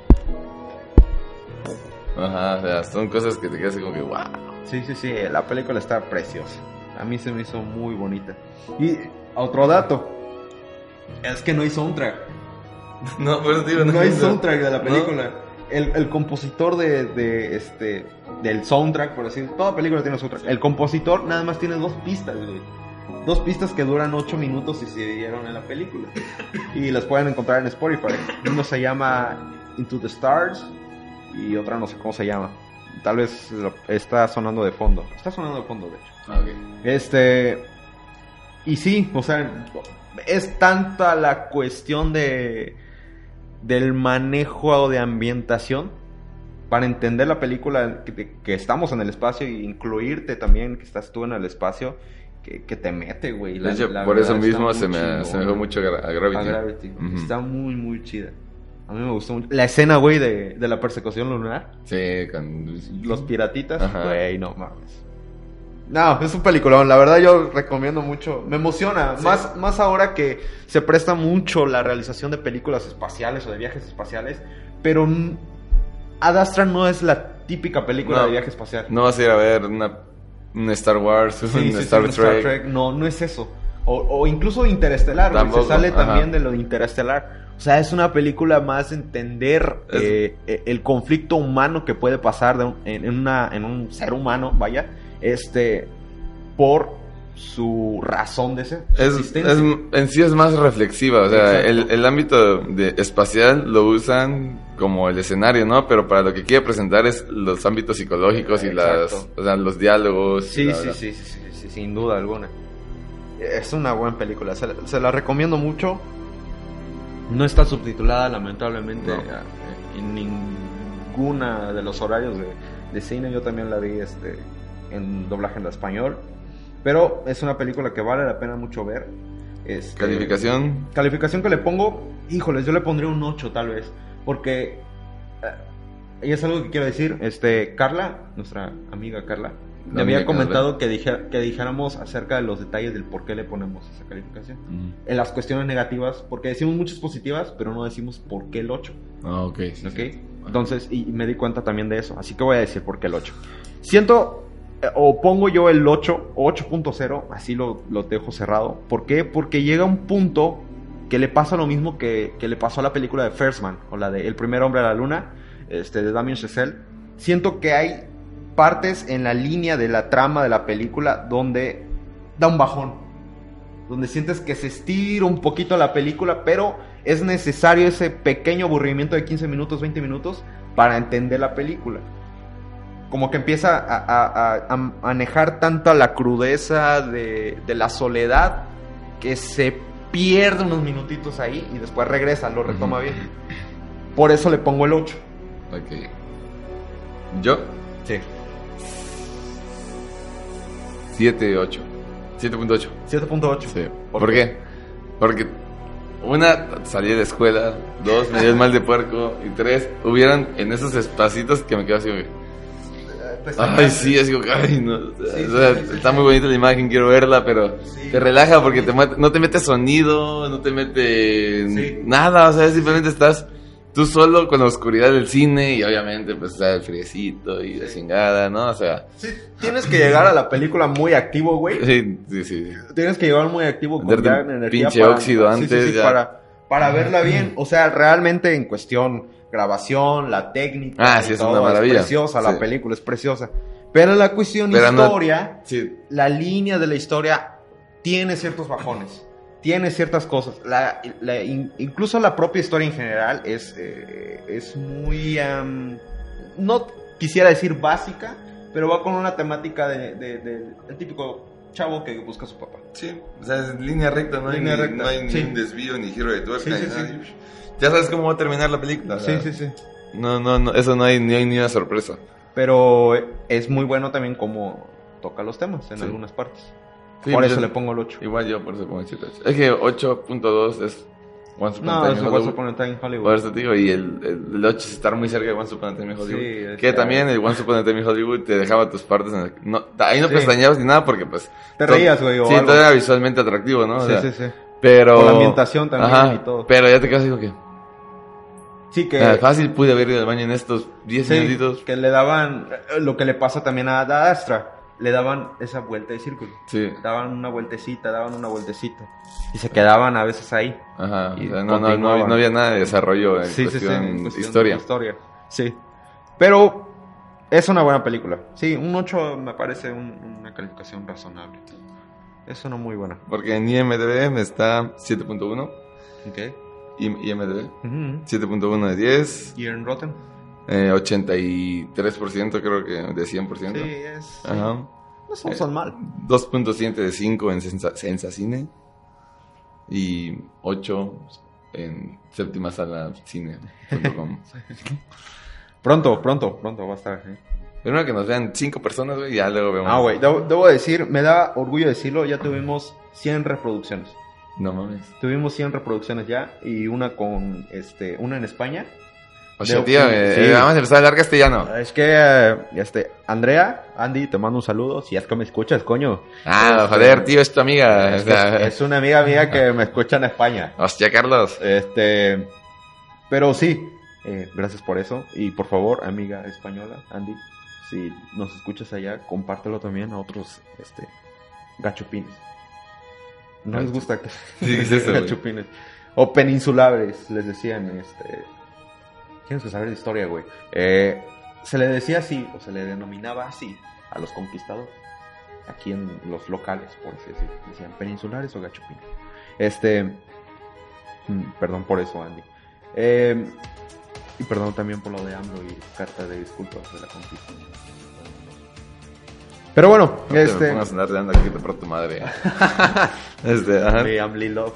Ajá, o sea, son cosas que te quedas así como que wow. Sí, la película está preciosa. A mí se me hizo muy bonita. Y otro dato, es que no hay soundtrack. No, pero digo, No hay soundtrack de la película. El compositor del soundtrack, por decir, toda película tiene soundtrack. El compositor nada más tiene 2 pistas, güey. 2 pistas que duran 8 minutos y se dieron en la película. Y las pueden encontrar en Spotify. Uno se llama Into the Stars y otra no sé cómo se llama. Tal vez está sonando de fondo. Está sonando de fondo, de hecho. Okay. Y sí, o sea, es tanta la cuestión del manejo de ambientación para entender la película, que estamos en el espacio y incluirte también que estás tú en el espacio, que te mete, güey. De hecho, por eso mismo se me dejó mucho a Gravity. A Gravity. Uh-huh. Está muy, muy chida. A mí me gustó mucho. La escena, güey, de la persecución lunar. Sí, con Los piratitas. Ajá. Güey, no mames. No, es un peliculón. La verdad yo recomiendo mucho. Me emociona. Sí. Más ahora que se presta mucho la realización de películas espaciales o de viajes espaciales. Pero Ad Astra no es la típica película de viaje espacial. No vas a ir a ver un Star Wars, un Star Trek. No es eso. O incluso Interestelar, güey. Se sale también de lo de Interestelar. O sea, es una película más entender el conflicto humano que puede pasar en un ser humano, vaya, por su razón de ser, su existencia. En sí es más reflexiva, o sea, el ámbito espacial lo usan como el escenario, ¿no? Pero para lo que quiere presentar es los ámbitos psicológicos y los diálogos. Sí, sin duda alguna. Es una buena película, se la recomiendo mucho. No está subtitulada, lamentablemente, en ninguna de los horarios de cine. Yo también la vi en doblaje en español. Pero es una película que vale la pena mucho ver. ¿Calificación? Calificación que le pongo, híjoles, yo le pondría un 8 tal vez. Porque, y es algo que quiero decir, Carla, nuestra amiga Carla, me había comentado que dijéramos acerca de los detalles del por qué le ponemos esa calificación. En las cuestiones negativas, porque decimos muchas positivas, pero no decimos por qué el 8. Ah, ok. Sí. Entonces, y me di cuenta también de eso, así que voy a decir por qué el 8. Siento, o pongo yo el 8, o 8.0, así lo dejo cerrado. ¿Por qué? Porque llega un punto que le pasa lo mismo que le pasó a la película de First Man, o la de El primer hombre a la luna, de Damien Chazelle. Siento que hay partes en la línea de la trama de la película donde da un bajón, donde sientes que se estira un poquito la película, pero es necesario ese pequeño aburrimiento de 15 minutos, 20 minutos para entender la película. Como que empieza a manejar tanta la crudeza de la soledad que se pierde unos minutitos ahí y después regresa, lo retoma bien. Por eso le pongo el 8. Ok. ¿Yo? Sí. 7.8. 7.8. Sí. ¿Por qué? Porque salí de la escuela, 2, me dio el mal de puerco, y 3, hubieran en esos espacitos que me quedo así como sí, así como está muy bonita la imagen, quiero verla, pero te relaja porque no te mete sonido, no te mete nada, o sea, simplemente estás tú solo con la oscuridad del cine y obviamente pues está el friecito y la chingada, ¿no? O sea... Sí, tienes que llegar a la película muy activo, güey. Sí. Tienes que llegar muy activo con ya energía pinche óxido antes. Para verla bien. O sea, realmente en cuestión grabación, la técnica... es una maravilla. Es preciosa, la película es preciosa. Pero la cuestión historia, la línea de la historia tiene ciertos bajones. tiene ciertas cosas. Incluso la propia historia en general es muy... no quisiera decir básica, pero va con una temática del típico chavo que busca a su papá. Sí, o sea, es línea recta, no hay Sí. ni un desvío, ni giro de tuerca, Sí, ni sí, nada. sí. Ya sabes cómo va a terminar la película. o sea, Sí. No, eso no hay ni una sorpresa. Pero es muy bueno también como toca los temas en Sí. algunas partes. Sí, por pues eso yo- le pongo el 8. Igual yo por eso pongo 8. Es que 8.2 es Once Upon a No, Time es in Once Hollywood. Upon a Time in Hollywood. Por eso te digo, y el 8 es estar muy cerca de Once Upon a Time in Hollywood. Sí, que también el Once Upon a Time in Hollywood te dejaba tus partes en el... No, ahí no Sí. pestañeabas ni nada porque pues... Te reías, güey, o Sí, algo. todo era visualmente atractivo, ¿no? O sea, Sí. Pero... Con la ambientación también y todo. Pero ya te quedas digo que... Sí, que... fácil pude haber ido al baño en estos 10 sí, minutitos. que le daban... Lo que le pasa también a Ad Astra. Le daban esa vuelta de círculo. Sí. Daban una vueltecita. Y se quedaban a veces ahí. Ajá. Y O sea, no continuaban. había nada de desarrollo en Sí, cuestión en cuestión historia. de historia. Sí. Pero es una buena película. Sí, un 8 me parece una calificación razonable. Es una muy buena. Porque en IMDb está 7.1. Ok. IMDb. Ujú. 7.1 de 10. ¿Y en Rotten? 83% creo que de 100%. Sí, es... Ajá. No son mal. 2.7 de 5 en Sensacine. Y 8 en séptima sala cine.com. Pronto va a estar. Primero que nos vean 5 personas, güey, y ya luego vemos. Güey, debo decir, me da orgullo decirlo, ya tuvimos 100 reproducciones. No mames. Tuvimos 100 reproducciones ya y una con, una en España. O sea, Veo- tío, sí. vamos a empezar a hablar castellano. Es que, Andrea, Andy, te mando un saludo, si es que me escuchas, coño. Joder, tío, es tu amiga. O sea, Es una amiga mía que me escucha en España. hostia, Carlos. Pero sí, gracias por eso. Y por favor, amiga española, Andy, si nos escuchas allá, compártelo también a otros, gachupines. No les gusta que Sí, es eso, güey. gachupines. O peninsulares, les decían, tienes que saber de historia, güey. Se le decía así, o se le denominaba así a los conquistadores. Aquí en los locales, por así decirlo. Decían peninsulares o gachupines. Perdón por eso, Andy. Y perdón también por lo de AMLO y carta de disculpas de la conquista. Pero bueno, No te me pongas a andar de anda que te pro tu madre. Ajá. Mi AMLI Love.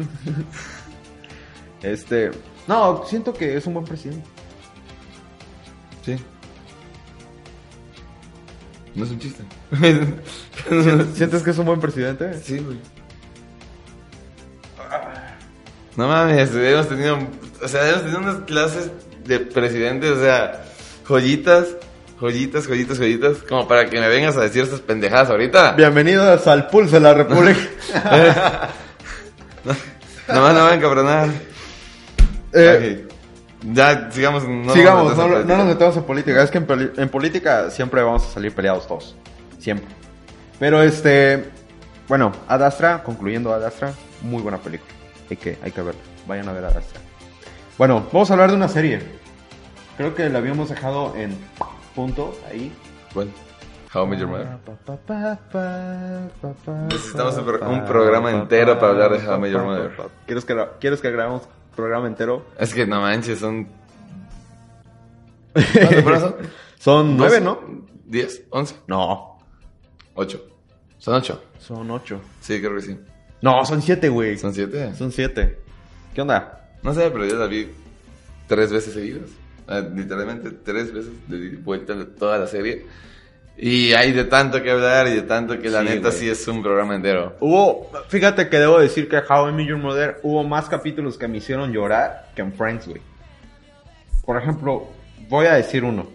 No, siento que es un buen presidente. Sí. No es un chiste. ¿Sientes que es un buen presidente? Sí, güey. No mames, hemos tenido unas clases de presidentes, o sea, joyitas, como para que me vengas a decir estas pendejadas ahorita. Bienvenidos al Pulso de la República. Nomás no van a encabronar. Ok. Ya, sigamos. Sigamos, no metamos en nos metemos en política. Es que en política siempre vamos a salir peleados todos. Siempre. Pero bueno, Ad Astra, concluyendo Ad Astra, muy buena película. Hay que verla. Vayan a ver Ad Astra. Bueno, vamos a hablar de una serie. Creo que la habíamos dejado en punto ahí. ¿Cuál? How I Met Your Mother. Necesitamos un programa entero para hablar de How I Met Your Mother. ¿Quieres que grabemos un programa entero? Es que no manches, son. ¿Cuántas temporadas son? Son 9, ¿no? 10, 11, No, 8. Son 8. son 8. Sí, creo que sí. No, son 7, güey. Son 7. Son 7. ¿Qué onda? No sé, pero yo la vi 3 veces seguidas. Literalmente 3 veces le di vuelta a toda la serie. Y hay de tanto que hablar y de tanto que la Sí, neta güey. sí es un programa entero. Fíjate que debo decir que How I Met Your Mother hubo más capítulos que me hicieron llorar que en Friends, güey. Por ejemplo, voy a decir uno.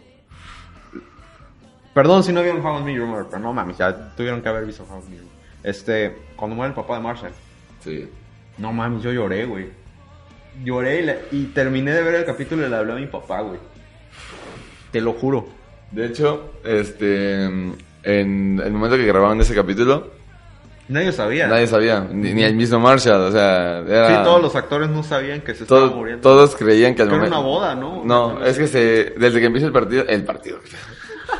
Perdón si no vieron How I Met Your Mother, pero no mames, ya tuvieron que haber visto How I Met Your Mother. Cuando muere el papá de Marshall. Sí. No mames, yo lloré, güey. Lloré y terminé de ver el capítulo y le hablé a mi papá, güey. Te lo juro. De hecho, en el momento que grababan ese capítulo, Nadie sabía. nadie sabía, ni el mismo Marshall, o sea, era... Sí, todos los actores no sabían que se estaba muriendo. Todos creían que al Creo que momento... era una boda, ¿no? No, es que desde que empieza el partido...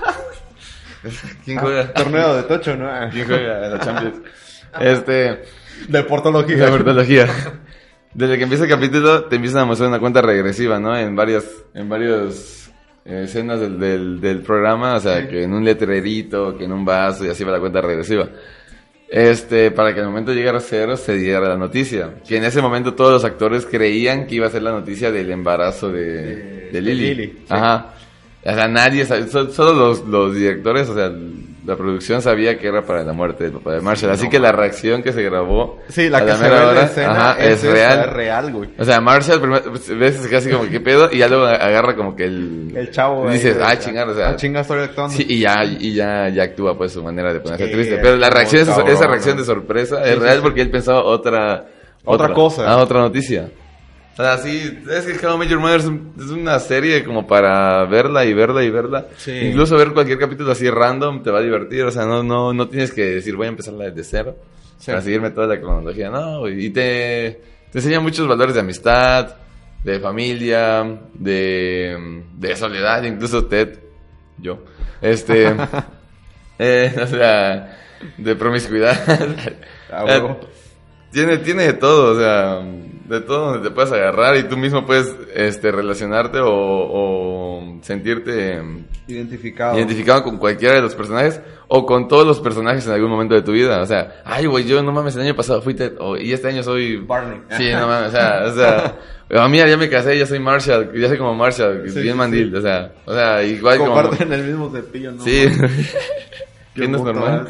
¿Quién juega? Torneo de tocho, ¿no? ¿Quién juega en la Champions? Deportología. Deportología. Desde que empieza el capítulo te empiezan a mostrar una cuenta regresiva, ¿no? En varios escenas del programa, o sea, que en un letrerito, que en un vaso, y así va la cuenta regresiva. Para que al momento de llegar a 0 se diera la noticia. Que en ese momento todos los actores creían que iba a ser la noticia del embarazo de Lily. Sí. Ajá. O sea, nadie sabía, solo los directores, o sea, la producción sabía que era para la muerte del papá de Marshall. Así que la reacción que se grabó la que se ve en la escena es real. Es real, güey. O sea, Marshall ves casi como que pedo y ya luego agarra como que el chavo. Y dices, chingar, o sea. Chingar, estoy actuando. Sí, y ya actúa pues su manera de ponerse triste. Pero la reacción, esa reacción de sorpresa es real porque él pensaba otra cosa. Otra noticia. O sea, sí, es que How I Met Your Mother es una serie como para verla y verla y verla. Sí. Incluso ver cualquier capítulo así random te va a divertir. O sea, no tienes que decir voy a empezarla desde 0 para seguirme toda la cronología. No, y te enseña muchos valores de amistad, de familia, de soledad, incluso Ted, yo. O sea, de promiscuidad. Tiene de todo, o sea, de todo donde te puedes agarrar y tú mismo puedes relacionarte o sentirte identificado con cualquiera de los personajes o con todos los personajes en algún momento de tu vida. O sea, güey, yo no mames, el año pasado fui Ted y este año soy Barney. Sí, no mames, o sea, mira, ya me casé, ya soy Marshall, ya soy como Marshall, bien mandil, o sea, igual comparten el mismo cepillo, ¿no? Sí. ¿Qué no es normal?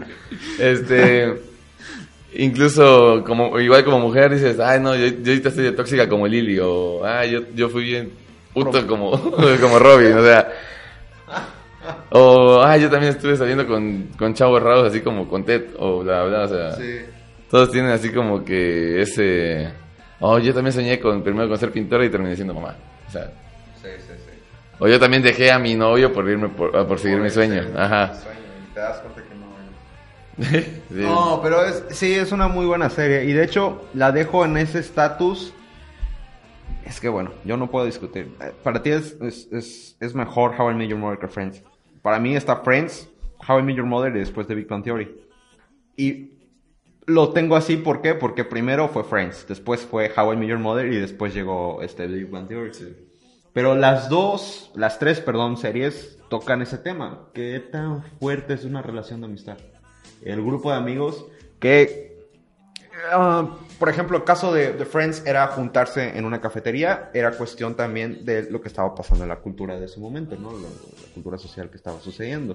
Incluso igual como mujer dices, no, yo ahorita estoy de tóxica como Lily, o yo fui bien puto como Robin, o sea, o yo también estuve saliendo con chavos raros así como con Ted, o bla bla, o sea, todos tienen así como que ese, yo también soñé primero con ser pintora y terminé siendo mamá, o sea, o yo también dejé a mi novio por irme por seguir mi sueño, ajá. Te das cuenta que sí. No, pero es una muy buena serie. Y de hecho, la dejo en ese estatus. Es que bueno, yo no puedo discutir. Para ti es mejor How I Met Your Mother que Friends. Para mí está Friends, How I Met Your Mother y después de Big Bang Theory. Y lo tengo así, ¿por qué? Porque primero fue Friends, después fue How I Met Your Mother y después llegó Big Bang Theory. Sí. Pero las tres series tocan ese tema. ¿Qué tan fuerte es una relación de amistad? El grupo de amigos que, por ejemplo, el caso de Friends era juntarse en una cafetería, era cuestión también de lo que estaba pasando en la cultura de ese momento, ¿no? La cultura social que estaba sucediendo.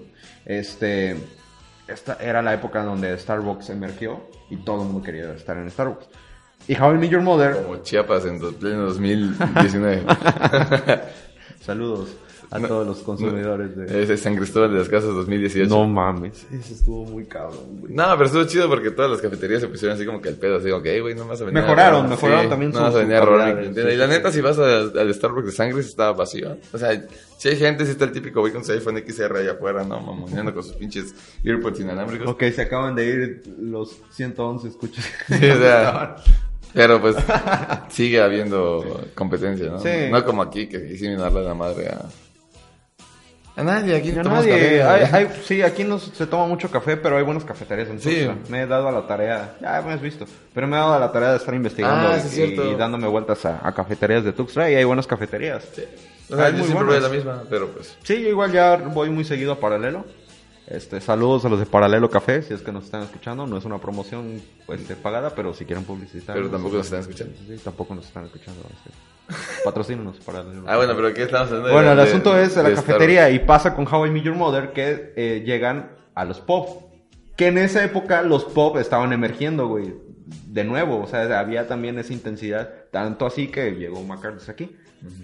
Esta era la época donde Starbucks emergió y todo el mundo quería estar en Starbucks. Y How I Met Your Mother... Como Chiapas en pleno 2019. Saludos a todos los consumidores de San Cristóbal de las Casas 2018. No mames, eso estuvo muy cabrón, güey. No, pero estuvo chido porque todas las cafeterías se pusieron así como que el pedo, así como que, güey, no vas a venir. Mejoraron también no vas a venir a robar. Y la neta, si vas al Starbucks de Sangre, estaba vacío. O sea, si hay gente, si está el típico güey con su iPhone XR allá afuera, ¿no? Mamoneando con sus pinches earpods inalámbricos. Ok, se acaban de ir los 111 escuchas. Sí, o sea... Pero pues sigue habiendo competencia, ¿no? Sí. No como aquí, que quisieron darle la madre a nadie. Aquí no tomamos café. Sí, aquí no se toma mucho café, pero hay buenas cafeterías en Tuxtla. Me he dado a la tarea, ya me has visto, pero me he dado a la tarea de estar investigando y dándome vueltas a cafeterías de Tuxtla y hay buenas cafeterías. Sí. O sea, yo siempre voy a la misma, pero pues... Sí, yo igual ya voy muy seguido a Paralelo. Saludos a los de Paralelo Café, si es que nos están escuchando. No es una promoción pagada, pero si quieren publicitar. Pero tampoco nos están escuchando. Sí, tampoco nos están escuchando. Patrocínanos Paralelo. Bueno, pero ¿qué estamos hablando? Bueno, el asunto es la cafetería y pasa con How I Met Your Mother que llegan a los pub. Que en esa época los pub estaban emergiendo, güey. De nuevo, o sea, había también esa intensidad. Tanto así que llegó McCarthy aquí.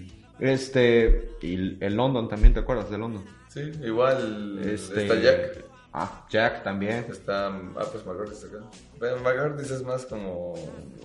Y el London también, ¿te acuerdas de London? Sí, igual está Jack. Jack también. Está, pues McCarthy está acá. Pero McCarthy es más como...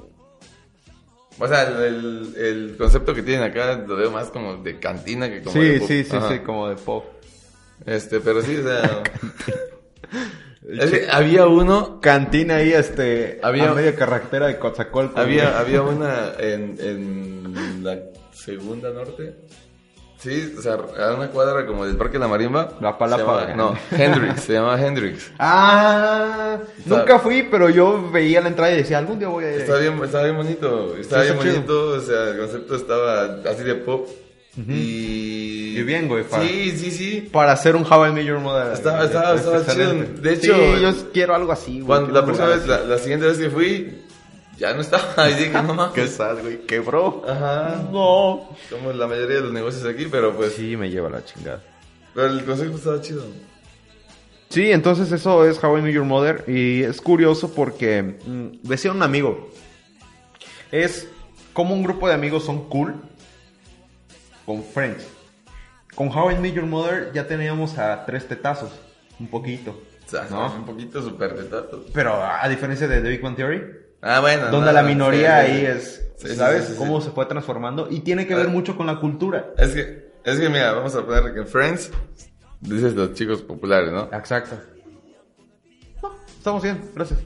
O sea, el concepto que tienen acá lo veo más como de cantina que como de pop. Sí, como de pop. Pero sí, o sea... es que había uno... Cantina ahí, a media carretera de Coatzacoalcos. Había una en la segunda norte... Sí, o sea, a una cuadra como del Parque de la Marimba. La Palapa. No, Hendrix, se llamaba Hendrix. Nunca fui, pero yo veía la entrada y decía, algún día voy a ir. Estaba bien bonito, o sea, el concepto estaba así de pop. Y bien, güey. Sí. Para hacer un How I Met Your Mother. Estaba chido. De hecho, sí, yo quiero algo así, güey. La próxima vez, la siguiente vez que fui, ya no estaba. Y dije, no mames. Qué sad, güey. Quebró. Ajá. No. Como la mayoría de los negocios aquí, pero pues. Sí, me lleva la chingada. Pero el concepto estaba chido. Sí, entonces eso es How I Met Your Mother. Y es curioso porque decía un amigo. Es como un grupo de amigos son cool con Friends. Con How I Met Your Mother ya teníamos a 3 tetazos. Un poquito. O sea, ¿no? Un poquito súper tetazos. Pero a diferencia de The Big Bang Theory. Bueno. Donde la minoría ahí es, ¿sabes? Sí. Cómo se fue transformando. Y tiene que ver mucho con la cultura. Es que mira, vamos a poner que en Friends dices los chicos populares, ¿no? Exacto. No, estamos bien, gracias.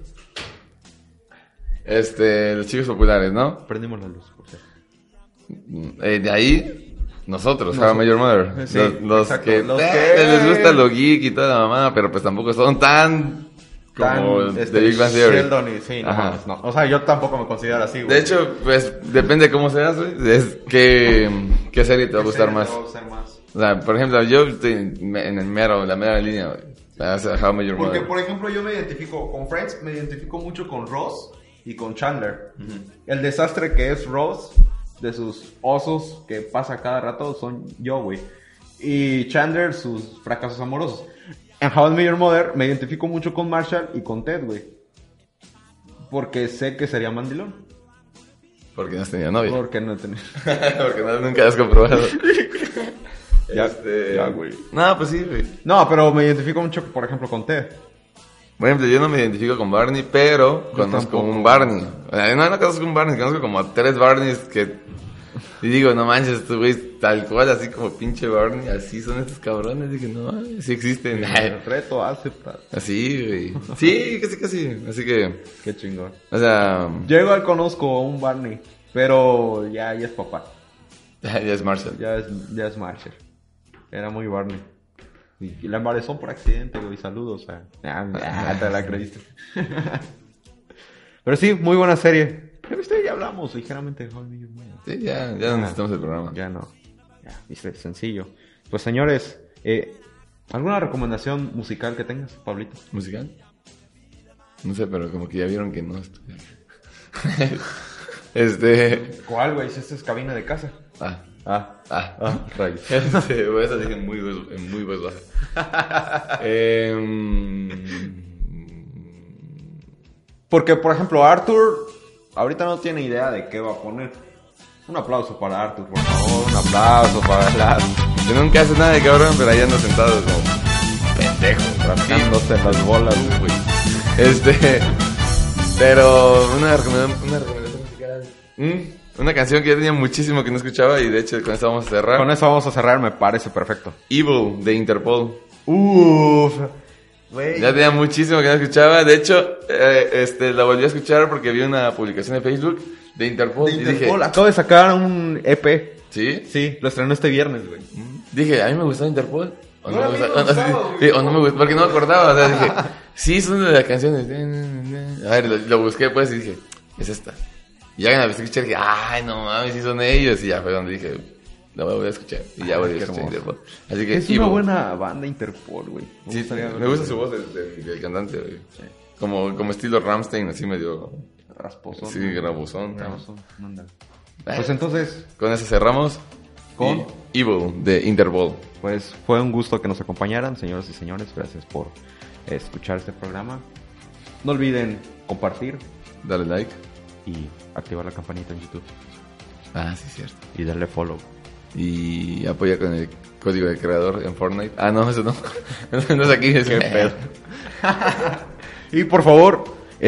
Los chicos populares, ¿no? Prendimos la luz, por cierto. De ahí, nosotros, How I Met Your Mother. Sí, los exacto, que los que les gusta lo geek y toda la mamá, pero pues tampoco son tan como The Big Bang Theory. Sheldon y, sí, no. O sea, yo tampoco me considero así, güey. De hecho, pues depende de cómo seas, güey. Es qué serie te va a gustar más. O sea, por ejemplo, yo estoy en la mera línea, güey. O sea, How I Met Your Mother. Porque, por ejemplo, yo me identifico con Friends, me identifico mucho con Ross y con Chandler. El desastre que es Ross, de sus osos que pasa cada rato, son yo, güey. Y Chandler, sus fracasos amorosos. En How I Met Your Mother me identifico mucho con Marshall y con Ted, güey. Porque sé que sería mandilón. Porque no has tenido novia. Porque no he tenido. Porque nunca has comprobado. Ya, güey. No, pues sí, güey. No, pero me identifico mucho, por ejemplo, con Ted. Por ejemplo, yo no me identifico con Barney, pero conozco un Barney. O sea, no conozco un Barney, conozco como 3 Barneys que... Y digo, no manches, estos güeyes tal cual, así como pinche Barney, así son estos cabrones. Dije, no, sí existen. Reto, aceptar. Así, güey. Sí, casi. Así que... Qué chingón. O sea... Llego al conozco a un Barney, pero ya es papá. Ya es Marshall. Ya es Marshall. Era muy Barney. Y la embarazó por accidente, güey. Saludos. Te la creíste. Pero sí, muy buena serie. Pero ya hablamos ligeramente de How I Met Your Mother. Sí, ya no necesitamos el programa. Ya no. Ya, viste, sencillo. Pues señores, ¿alguna recomendación musical que tengas, Pablito? ¿Musical? No sé, pero como que ya vieron que no estoy. ¿Cuál, güey? Si esta es cabina de casa. Rayos. Esa dije en muy voz baja. Porque, por ejemplo, Arthur ahorita no tiene idea de qué va a poner. Un aplauso para Arthur, por favor. Un aplauso para Arthur. Que nunca hace nada de cabrón, pero ahí anda sentado como pendejo, rascándose las bolas, güey. Pero una recomendación musical. Una canción que ya tenía muchísimo que no escuchaba y de hecho con esa vamos a cerrar. Con eso vamos a cerrar, me parece perfecto. Evil, de Interpol. Wey. Ya tenía muchísimo que no escuchaba. De hecho, la volví a escuchar porque vi una publicación de Facebook de Interpol. Y dije, acabo de sacar un EP. ¿Sí? Sí, lo estrenó este viernes, güey. Dije, a mí me gustó Interpol. O no, me gustó, porque no me acordaba. O sea, dije, sí, son de las canciones. A ver, lo busqué pues y dije, es esta. Y ya que la empecé a escuchar, dije, ay, no mames, sí son ellos. Y ya fue donde dije, la voy a escuchar. Y ya voy a escuchar Interpol. Así que, es una buena banda Interpol, güey. Sí, me gusta su voz del cantante, güey. Sí. Como estilo Rammstein, así medio... rasposón. Sí, grabosón. Pues entonces... Con eso cerramos. Con Evil, de Interpol. Pues fue un gusto que nos acompañaran, señoras y señores. Gracias por escuchar este programa. No olviden compartir. Dale like. Y activar la campanita en YouTube. Sí, cierto. Y darle follow. Y apoya con el código de creador en Fortnite. No, eso no. No es aquí, es qué pedo. Y por favor,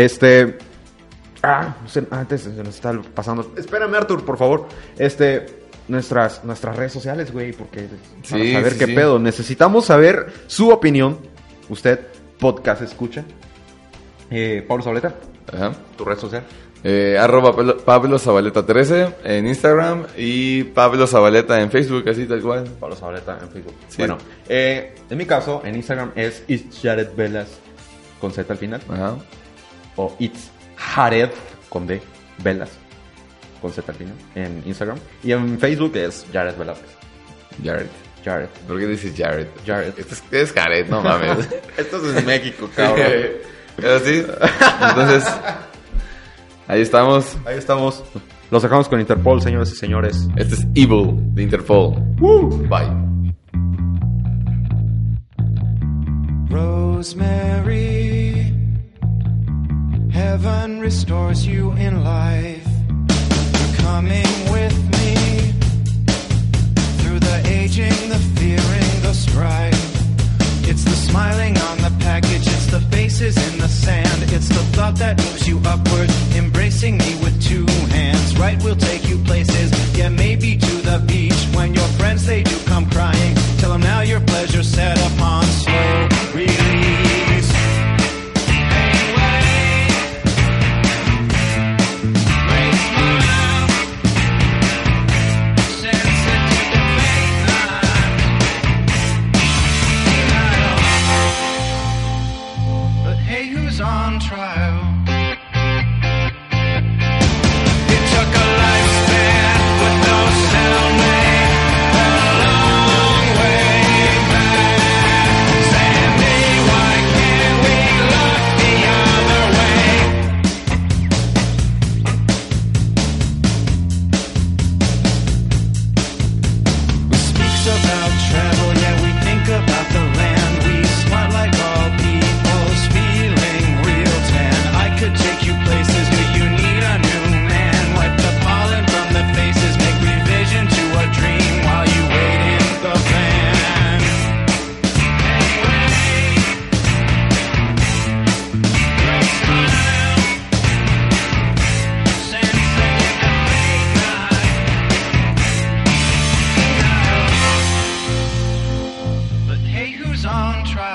antes se nos está pasando. Espérame, Arthur, por favor. Nuestras redes sociales, güey, porque para saber qué pedo. Necesitamos saber su opinión. Usted, podcast escucha. Pablo Zabaleta. Ajá. Tu red social. Pablo Zabaleta 13 en Instagram y Pablo Zabaleta en Facebook, así tal cual. Pablo Zabaleta en Facebook. Sí. Bueno, en mi caso, en Instagram es It's Jared Velas con Z al final. Ajá. O It's Jared con D, Velas con Z al final en Instagram. Y en Facebook es Jared Velázquez. Jared. ¿Por qué dices Jared? Jared. Esto es Jared, no mames. Esto es en México, cabrón. Pero sí. Entonces, ahí estamos. Ahí estamos. Los dejamos con Interpol, señores y señores. Este es Evil de Interpol. Bye. Rosemary, heaven restores you in life. You're coming with me through the aging, the fearing, the strife. It's the smiling on the package, it's the faces in the sand. It's the thought that moves you upward, embracing me with two hands. Right, we'll take you places, yeah, maybe to the beach. When your friends, they do come crying, tell them now your pleasure's set upon slow release. On trial. It took a lifespan with no cellmate, a long way back. Sandy, why can't we look the other way? We speak about travel, yeah, we think about the land. We smart like all people's feeling real tan. I could take you places, but you need a new man. Wipe the pollen from the faces, make revision to a dream while you wait in the van. But hey, who's on trial?